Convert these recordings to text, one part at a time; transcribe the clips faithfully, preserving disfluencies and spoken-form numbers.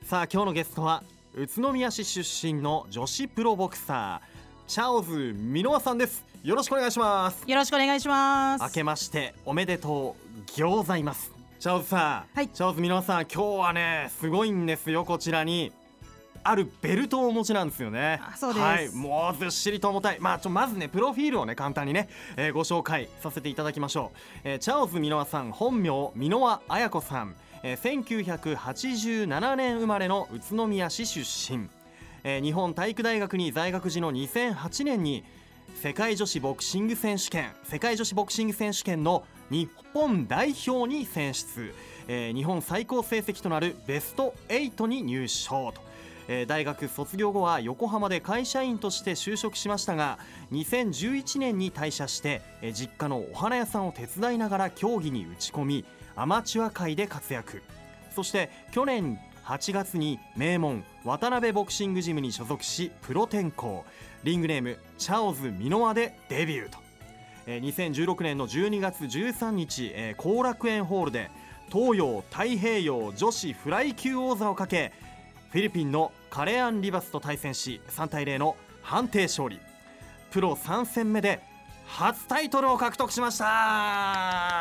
さあ今日のゲストは宇都宮市出身の女子プロボクサーチャオズミノワさんです。よろしくお願いします。 よろしくお願いします。 明けましておめでとうございます。チャオズさん、 はい、 チャオズミノワさん、今日はねすごいんですよ。こちらにあるベルトをお持ちなんですよね。 あ、そうです、 はい、もうずっしりと重たい。まあちょまずねプロフィールをね簡単にね、えー、ご紹介させていただきましょう。えー、チャオズミノワさん、本名ミノワ綾子さん、えー、せんきゅうひゃくはちじゅうななねん生まれの宇都宮市出身、えー、日本体育大学に在学時のにせんはちねんに世界女子ボクシング選手権世界女子ボクシング選手権の日本代表に選出、えー、日本最高成績となるベストはちに入賞と、えー、大学卒業後は横浜で会社員として就職しましたが、にせんじゅういちねんに退社して、えー、実家のお花屋さんを手伝いながら競技に打ち込み、アマチュア界で活躍。そして去年はちがつに名門渡辺ボクシングジムに所属しプロ転向、リングネームチャオズミノワでデビューと、えー、にせんじゅうろくねんのじゅうにがつじゅうさんにち、えー、後楽園ホールで東洋太平洋女子フライ級王座をかけフィリピンのカレアン・リバスと対戦しさんたいゼロの判定勝利。プロさんせんめで初タイトルを獲得しました。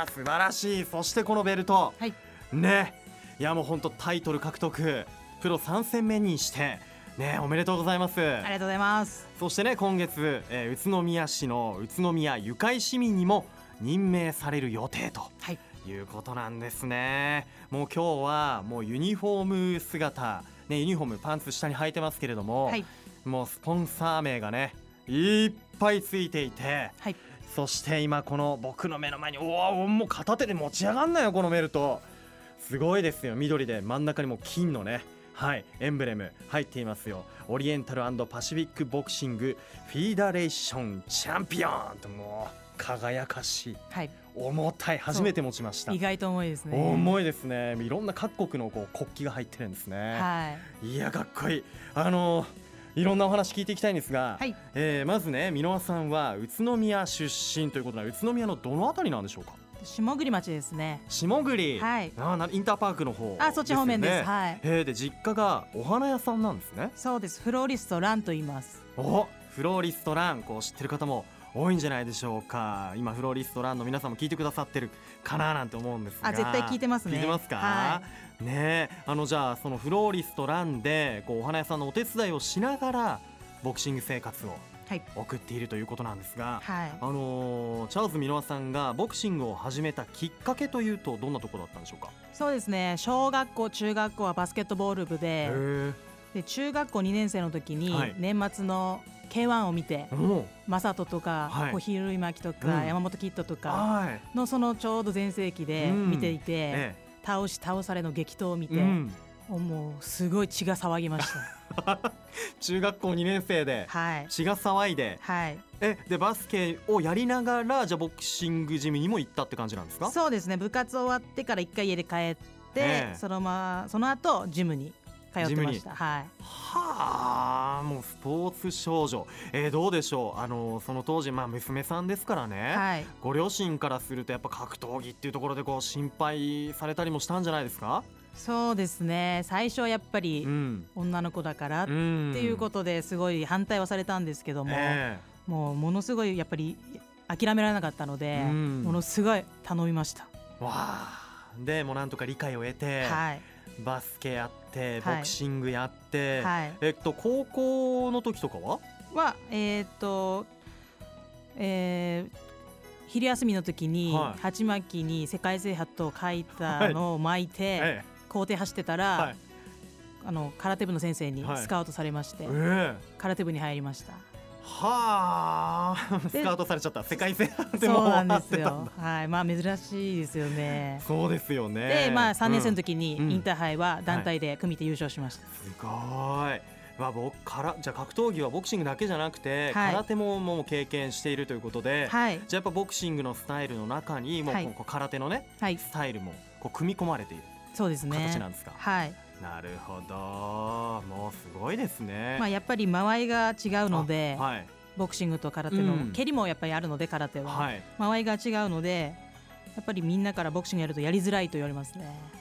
素晴らしい。そしてこのベルト、 はい、 ね、いやもう本当タイトル獲得プロさんせんめにしてね、おめでとうございます。 ありがとうございます。 そしてね今月、えー、宇都宮市の宇都宮ゆかい市民にも任命される予定と、はい、いうことなんですね。もう今日はもうユニフォーム姿、ね、ユニフォームパンツ下に履いてますけれども、はい、もうスポンサー名がねいっぱいついていて、はい、そして今この僕の目の前に、おおもう片手で持ち上がんないよこのベルト。すごいですよ。緑で真ん中にも金のね、はい、エンブレム入っていますよ。オリエンタル&パシフィックボクシングフィーダレーションチャンピオンと、もう輝かしい、はい、重たい。初めて持ちました。 意外と重いですね。 重いですね。いろんな各国のこう国旗が入ってるんですね、はい、いやかっこいい。あのいろんなお話聞いていきたいんですが、はい、えー、まずねミノワさんは宇都宮出身ということで、宇都宮のどのあたりなんでしょうか？ 下栗町ですね。 下栗、はい、あインターパークの方ですよね。 あ、そっち方面です。はい、 えー、で実家がお花屋さんなんですね。 そうです。フローリストランと言います。 お、フローリストラン、こう知ってる方も多いんじゃないでしょうか。今フローリストランの皆さんも聞いてくださってるかななんて思うんですが、 あ、絶対聞いてますね。 聞いてますか？はい、ね、あのじゃあそのフローリストランでこうお花屋さんのお手伝いをしながらボクシング生活を送っているということなんですが、はい、あのー、チャールズミノワさんがボクシングを始めたきっかけというとどんなところだったんでしょうか？ そうですね、小学校中学校はバスケットボール部 で, で中学校にねんせいの時に年末の ケーワン を見て、はい、マサトとか、はい、小比類巻とか、うん、山本キッドとかのそのちょうど全盛期で見ていて、うん、ええ、倒し倒されの激闘を見て、うん、もうすごい血が騒ぎました中学校にねんせいで血が騒いで、はい、えでバスケをやりながらじゃあボクシングジムにも行ったって感じなんですか？ そうですね、部活終わってから一回家で帰って、ええ、そのまその後ジムに通ってました。はい、 はあ、もうスポーツ少女、えー、どうでしょう。あのその当時、まあ、娘さんですからね、はい、ご両親からするとやっぱ格闘技っていうところでこう心配されたりもしたんじゃないですか？ そうですね、最初はやっぱり女の子だからっていうことですごい反対はされたんですけども、えー、もうものすごいやっぱり諦められなかったので、ものすごい頼みました。 わあ、でもうなんとか理解を得て、はい、バスケやってボクシングやって、はい、えっと高校の時とかははえー、っとえー昼休みの時に鉢巻きに世界制覇と書いたのを巻いて、はい、校庭走ってたら、はい、あの空手部の先生にスカウトされまして、はい、えー、空手部に入りました。 はあスカウトされちゃった。世界制覇でもそうなんですよ。はい、まあ珍しいですよね。 そうですよね。 で、まあさんねんせいの時にインターハイは団体で組み手優勝しました。 はい、すごい。まあ、僕からじゃあ格闘技はボクシングだけじゃなくて、はい、空手ももう経験しているということで、はい、じゃあやっぱボクシングのスタイルの中にもうこう空手のね、はい、スタイルもこう組み込まれている形なんですか？ はい、 なるほど、もうすごいですね。 まあ、やっぱり間合いが違うので、はい、ボクシングと空手の、うん、蹴りもやっぱりあるので空手は、はい、間合いが違うのでやっぱりみんなからボクシングやるとやりづらいと言われますね。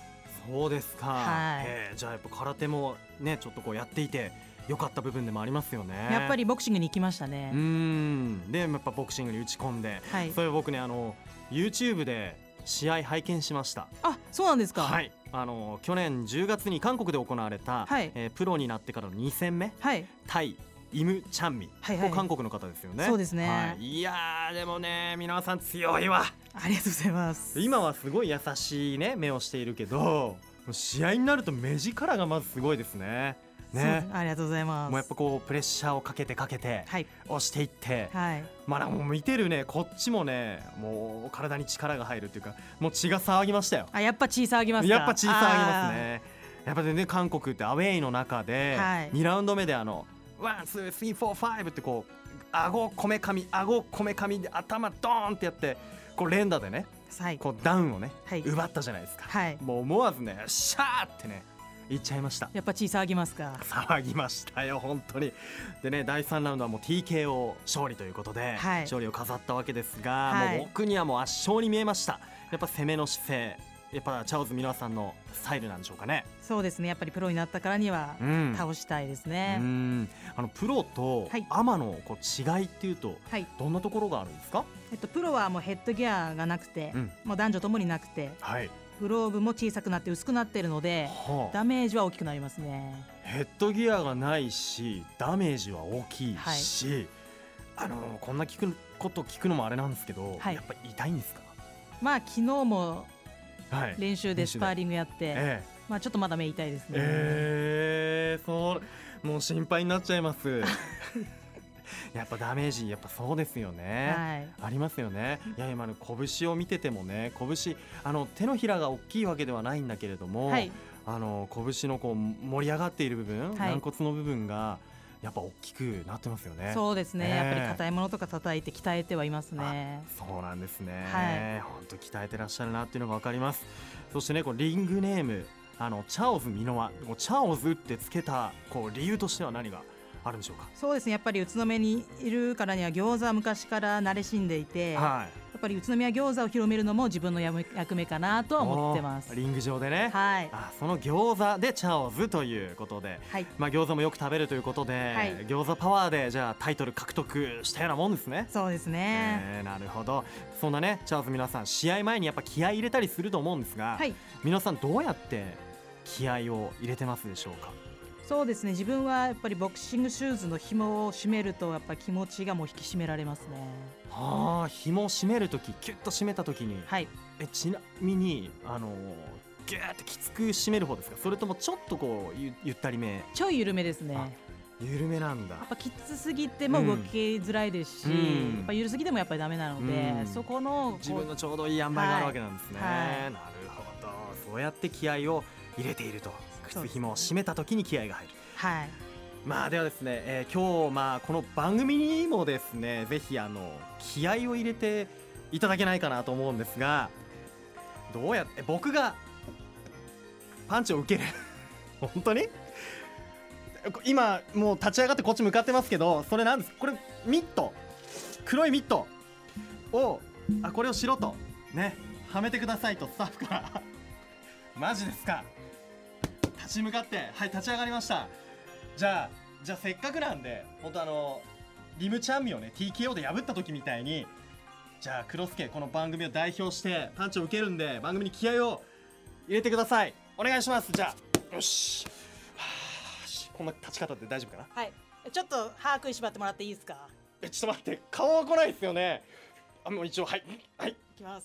そうですか、 はい、 えー、じゃあやっぱ空手もねちょっとこうやっていて良かった部分でもありますよね。 やっぱりボクシングに行きましたね。 うーんでやっぱボクシングに打ち込んで、はい、それ僕ねあの YouTube で試合拝見しました。 あ、そうなんですか。 はい、あの去年じゅうがつに韓国で行われた、はい、えー、プロになってからのに戦目、はい、対イム・チャンミ、はいはい、韓国の方ですよね。 そうですね、 はい、いやーでもね皆さん強いわ。 ありがとうございます。 今はすごい優しいね目をしているけど試合になると目力がまずすごいですね。ね、 ありがとうございます。 もうやっぱこうプレッシャーをかけてかけて、はい、押していって、はい、まあもう見てるねこっちもねもう体に力が入るっていうかもう血が騒ぎましたよ。 あ、やっぱ血騒ぎますか。 やっぱ血騒ぎますね。やっぱね韓国ってアウェイの中で、はい、にラウンド目であのワンツースリーフォーファイブってこう顎こめかみ顎こめかみで頭ドーンってやってこう連打でね、はい、こうダウンをね、はい、奪ったじゃないですか、はい、もう思わずねシャーってね言っちゃいました。 やっぱ血騒ぎますか。 騒ぎましたよ本当に。でねだいさんラウンドはもう ティーケーオー 勝利ということで、はい、勝利を飾ったわけですが、はい、もう僕にはもう圧勝に見えました。やっぱ攻めの姿勢やっぱチャオズミノワさんのスタイルなんでしょうかね。 そうですねやっぱりプロになったからには倒したいですね、 うん、うんあのプロとアマのこう違いっていうと、はい、どんなところがあるんですか。 えっと、プロはもうヘッドギアがなくて、うん、もう男女ともになくて、はい、グローブも小さくなって薄くなっているので、はあ、ダメージは大きくなりますね。 ヘッドギアがないしダメージは大きいし、はい、あのこんな聞くこと聞くのもあれなんですけど、はい、やっぱ痛いんですか。 まあ昨日も練習でスパーリングやって、ええ、まあちょっとまだ目痛いですね。 えー、そうもう心配になっちゃいますやっぱダメージやっぱそうですよね、はい、ありますよね。いや今の拳を見ててもね拳あの手のひらが大きいわけではないんだけれども、はい、あの拳のこう盛り上がっている部分、はい、軟骨の部分がやっぱ大きくなってますよね。 そうですね、えー、やっぱり硬いものとか叩いて鍛えてはいますね。 そうなんですね、本当、はい、鍛えてらっしゃるなっていうのが分かります。そしてねこうリングネームあのチャオズミノワチャオズってつけたこう理由としては何があるんでしょうか。 そうですねやっぱり宇都宮にいるからには餃子は昔から慣れしんでいて、はい、やっぱり宇都宮餃子を広めるのも自分の役目かなとは思ってます。 リング上でね、はい、あその餃子でチャオズということで、はい、まあ、餃子もよく食べるということで、はい、餃子パワーでじゃあタイトル獲得したようなもんですね。 そうですね、 えー、なるほど。そんなねチャオズ皆さん試合前にやっぱ気合い入れたりすると思うんですが、はい、皆さんどうやって気合いを入れてますでしょうか。 そうですね自分はやっぱりボクシングシューズの紐を締めるとやっぱり気持ちがもう引き締められますね。 はあ、紐を締めるときキュッと締めたときに、はい、えちなみにあのギューってきつく締める方ですか、それともちょっとこう ゆ, ゆったりめ。 ちょい緩めですね。 緩めなんだ。 やっぱきつすぎても動きづらいですし、うん、やっぱ緩すぎてもやっぱりダメなので、うん、そこの自分のちょうどいい塩梅があるわけなんですね、はいはい、なるほど。そうやって気合を入れていると。靴紐を締めた時に気合が入る。はい。まあではですね、えー、今日まあこの番組にもですねぜひあの気合を入れていただけないかなと思うんですが、どうやって僕がパンチを受ける本当に今もう立ち上がってこっち向かってますけど、それなんです、これミット、黒いミットをあこれをしろとねはめてくださいとスタッフからマジですか。立ち向かってはい立ち上がりました。じゃあじゃあせっかくなんで本当あのリムチャンミをね ティーケーオー で破った時みたいに、じゃあクロスケこの番組を代表してパンチを受けるんで番組に気合を入れてください。お願いします。じゃあよし、はあ、こんな立ち方で大丈夫かな。 はい、ちょっと歯食いしばってもらっていいですか。 えちょっと待って、顔は来ないですよね。あもう一応はいはいいきます。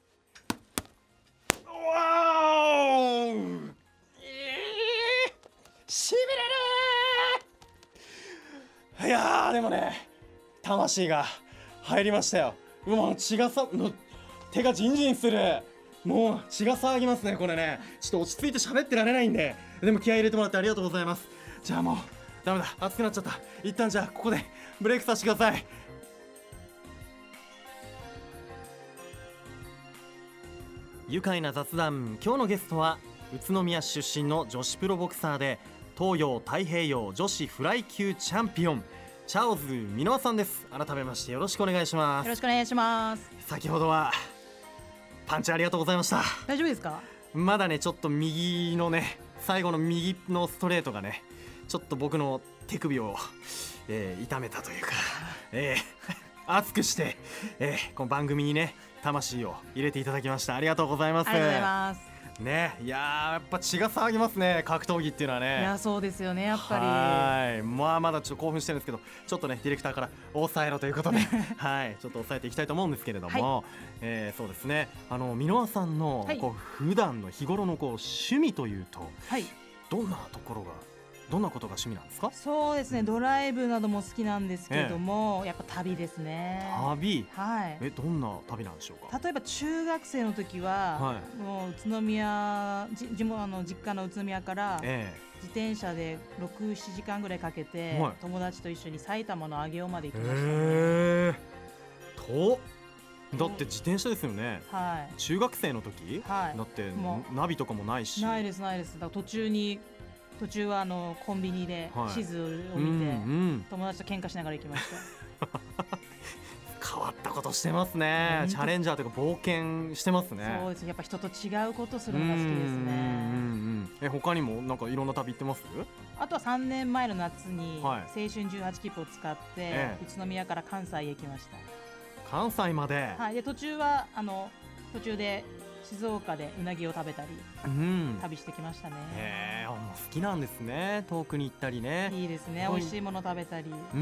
わーしびれる。いやーでもね魂が入りましたよ。もう血がさもう手がジンジンする。もう血が騒ぎますねこれね。ちょっと落ち着いて喋ってられないんで、でも気合い入れてもらってありがとうございます。じゃあもうダメだ熱くなっちゃった。一旦じゃあここでブレイクさせてください。愉快な雑談、今日のゲストは宇都宮出身の女子プロボクサーで東洋太平洋女子フライ級チャンピオンチャオズミノワさんです。改めましてよろしくお願いします。 よろしくお願いします。 先ほどはパンチありがとうございました。 大丈夫ですか。 まだねちょっと右のね最後の右のストレートがねちょっと僕の手首を、えー、痛めたというか、えー、熱くして、えー、この番組にね魂を入れていただきました。ありがとうございます。 ありがとうございますね。いやーやっぱ血が騒ぎますね格闘技っていうのはね。 いやそうですよねやっぱり。 はいまあまだちょっと興奮してるんですけどちょっとねディレクターから抑えろということではいちょっと抑えていきたいと思うんですけれども、はい、えー、そうですねあの箕輪さんのこう普段の日頃のこう趣味というと、はい、どんなところがどんなことが趣味なんですか？ そうですね、ドライブなども好きなんですけども、ええ、やっぱ旅ですね。 旅、 はい、 えどんな旅なんでしょうか？ 例えば中学生の時は、はい、もう宇都宮じ地元あの実家の宇都宮から、ええ、自転車でろく、ななじかんぐらいかけて、はい、友達と一緒に埼玉の上尾まで行きましたね。 えー、とだって自転車ですよね、 はい、 中学生の時、はい、だってナビとかもないし。 ないですないです。だから途中に途中はあのコンビニで地図を見て、はい、うんうん、友達と喧嘩しながら行きました変わったことしてますね。チャレンジャーというか冒険してますね。 そうです。やっぱ人と違うことするのが好きですね。うんうん、 え他にもなんかいろんな旅行ってます？ あとはさんねんまえの夏に青春じゅうはち切符を使って、ええ、宇都宮から関西へ行きました。 関西まで、 はい、で途中はあの途中で静岡でうなぎを食べたり、うん、旅してきましたね。 へー、もう好きなんですね。遠くに行ったりね。 いいですね。美味しいもの食べたり。 うん、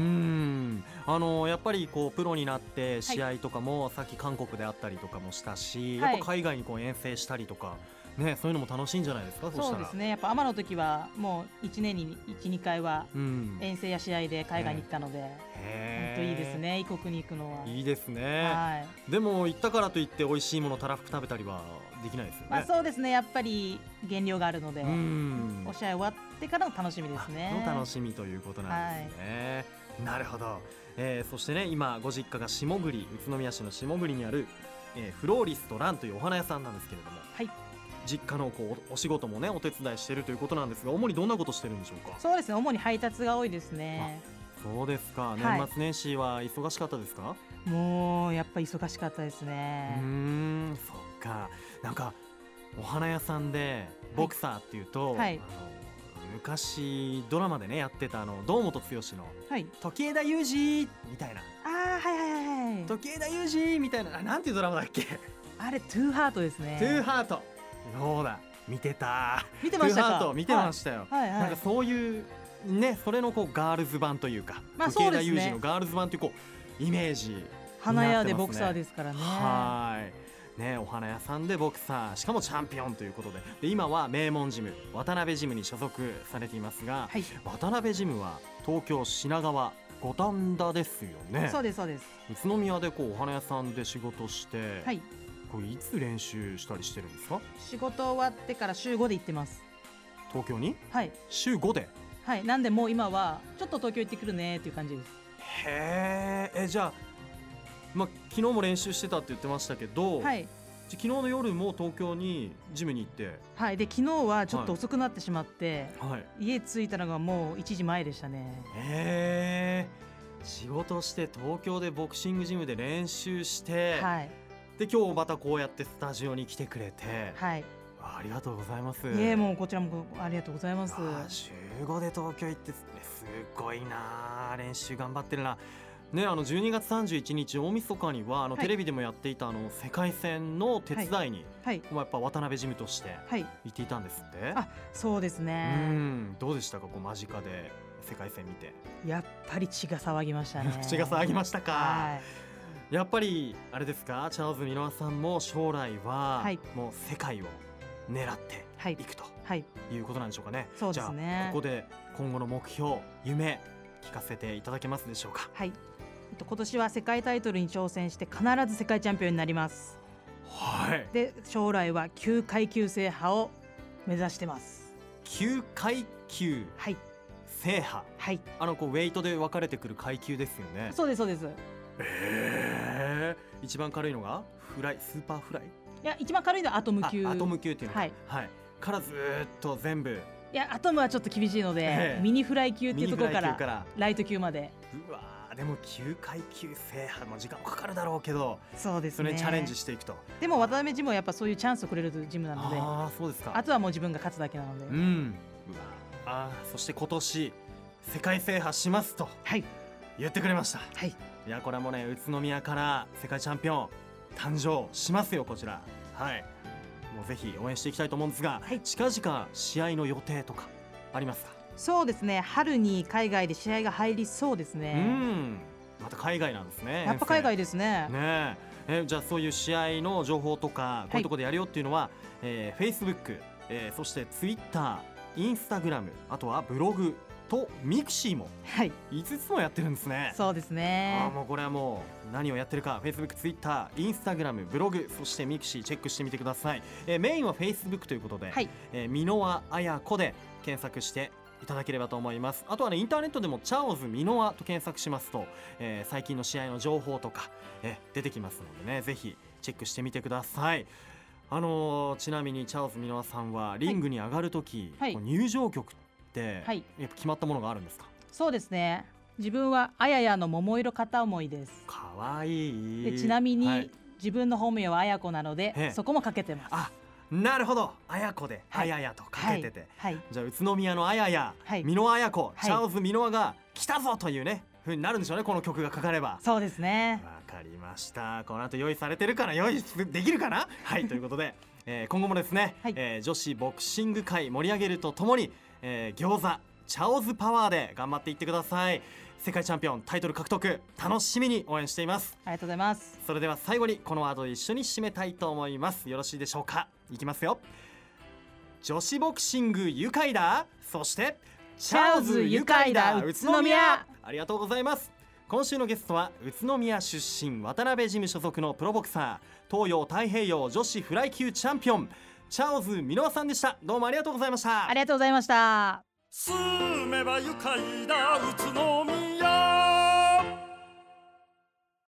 あのやっぱりこうプロになって試合とかも、はい、さっき韓国であったりとかもしたし、はい、やっぱ海外にこう遠征したりとか。ね、そういうのも楽しいんじゃないですか？ そうですね。やっぱアマの時はもういちねんにいち、にかいは遠征や試合で海外に行ったので、本当いいですね。異国に行くのはいいですね、はい、でも行ったからといって美味しいものたらふく食べたりはできないですよね。 まあ、そうですね。やっぱり減量があるので、お試合終わってからの楽しみですね。 の楽しみということなんですね、はい、なるほど、えー、そしてね今ご実家が下栗、宇都宮市の下栗にある、えー、フローリストランというお花屋さんなんですけれども、はい、実家のこうお仕事もねお手伝いしているということなんですが、主にどんなことしてるんでしょうか？ そうですね、主に配達が多いですね。 そうですか。年末年始は忙しかったですか？はい、 もうやっぱり忙しかったですね。 うーん、そっか。なんかお花屋さんでボクサーっていうと、はい、あの昔ドラマでねやってたあの堂本剛の、はい、時枝裕二みたいな、 あーはいはいはいはい、 時枝裕二みたいな、なんていうドラマだっけ？ あれトゥーハートですね。 トゥーハート、そうだ、見てた。 見てましたか？ トゥーハート見てましたよ、 はいはいはい、 なんかそういうね、それのこうガールズ版というか、 まあ時枝裕二のガールズ版というこうイメージになってますね。 花屋でボクサーですからね。 はいね、お花屋さんでボクサー、しかもチャンピオンということ で, で今は名門ジム渡辺ジムに所属されていますが、はい、渡辺ジムは東京品川五反田ですよね。 そうですそうです。 宇都宮でこうお花屋さんで仕事して、はい、これいつ練習したりしてるんですか？ 仕事終わってから週ごで行ってます。 東京に？ はい、 週ごで。 はい、なんでもう今はちょっと東京行ってくるねっていう感じです。 へー、えじゃあ、まあ、昨日も練習してたって言ってましたけど、はい、昨日の夜も東京にジムに行って、 はい、で昨日はちょっと遅くなってしまって、はい、家着いたのがもういちじまえでしたね。 へー、仕事して東京でボクシングジムで練習して、はい、で今日またこうやってスタジオに来てくれて、はい、ありがとうございます。 いえ、もうこちらもありがとうございます。 週ごで東京行ってすごいな、練習頑張ってるな、ね、あのじゅうにがつさんじゅういちにち大晦日にはあの、はい、テレビでもやっていたあの世界戦の手伝いに、はいはい、やっぱ渡辺ジムとして行っていたんですって、はい、 あ、そうですね。 うん、どうでしたか、こう間近で世界戦見て。 やっぱり血が騒ぎましたね血が騒ぎましたか、はい、やっぱりあれですか、チャールズ箕輪さんも将来は、はい、もう世界を狙っていくと、はい、いうことなんでしょうかね。 そうですね。 じゃあここで今後の目標、夢聞かせていただけますでしょうか？ はい、今年は世界タイトルに挑戦して必ず世界チャンピオンになります。はい。で将来はきゅうかい級制覇を目指してます。 きゅうかい級制覇、はい、あのこうウェイトで分かれてくる階級ですよね。 そうですそうです。 えー、一番軽いのがフライ、スーパーフライ。 いや、一番軽いのはアトム級。 アトム級っていうの、はいはい、からずっと全部いやアトムはちょっと厳しいので、ええ、ミニフライ級っていうところからライト級まで。 うわでもきゅうかい級制覇も時間かかるだろうけど、 そうですね、 それにチャレンジしていくと。 でも渡辺ジムはやっぱそういうチャンスをくれるジムなので、 あそうですか。 あとはもう自分が勝つだけなので、 うん、うわあそして今年世界制覇しますと言ってくれました、 はい、 いやこれはもうね宇都宮から世界チャンピオン誕生しますよこちら。はい、もうぜひ応援していきたいと思うんですが、はい、近々試合の予定とかありますか？ そうですね、春に海外で試合が入りそうですね。 うん、また海外なんですね。 やっぱ海外ですね。 ねええじゃあそういう試合の情報とかこういうところでやるよっていうのは、はい、えー、Facebook、えー、そして Twitter、Instagram、あとはブログとミクシーもいつつもやってるんですね。 そうですね。 あもうこれはもう何をやってるか Facebook、Twitter、Instagram、ブログそしてミクシーチェックしてみてください。えー、メインは Facebook ということで、はい、えー、箕輪綾子で検索していただければと思います。あとはねインターネットでもチャオズ箕輪と検索しますと、えー、最近の試合の情報とか、えー、出てきますのでねぜひチェックしてみてください。あのー、ちなみにチャオズ箕輪さんはリングに上がるとき、はい、入場曲ってやっぱ決まったものがあるんですか？ そうですね、自分はあややの桃色片思いです。 かわいい。 でちなみに、はい、自分の本名はあやこなのでそこもかけてます。 あなるほど、あやこで、はい、あややとかけてて、はいはい、じゃあ宇都宮のあやや、はい、箕輪綾子、チャオズ箕輪が来たぞというね風になるんでしょうね、この曲がかかれば。 そうですね、 わかりました。この後用意されてるかな、用意できるかなはいということで、えー、今後もですね、はい、えー、女子ボクシング界盛り上げるとともに、えー、餃子チャオズパワーで頑張っていってください。世界チャンピオンタイトル獲得楽しみに応援しています。 ありがとうございます。 それでは最後にこのワードで一緒に締めたいと思います。よろしいでしょうか。いきますよ。女子ボクシング愉快だ、そしてチャオズ愉快だ宇都宮。 ありがとうございます。今週のゲストは宇都宮出身渡辺ジム所属のプロボクサー、東洋太平洋女子フライ級チャンピオンチャオズ箕輪さんでした。どうもありがとうございました。 ありがとうございました。 住めば愉快だ宇都宮。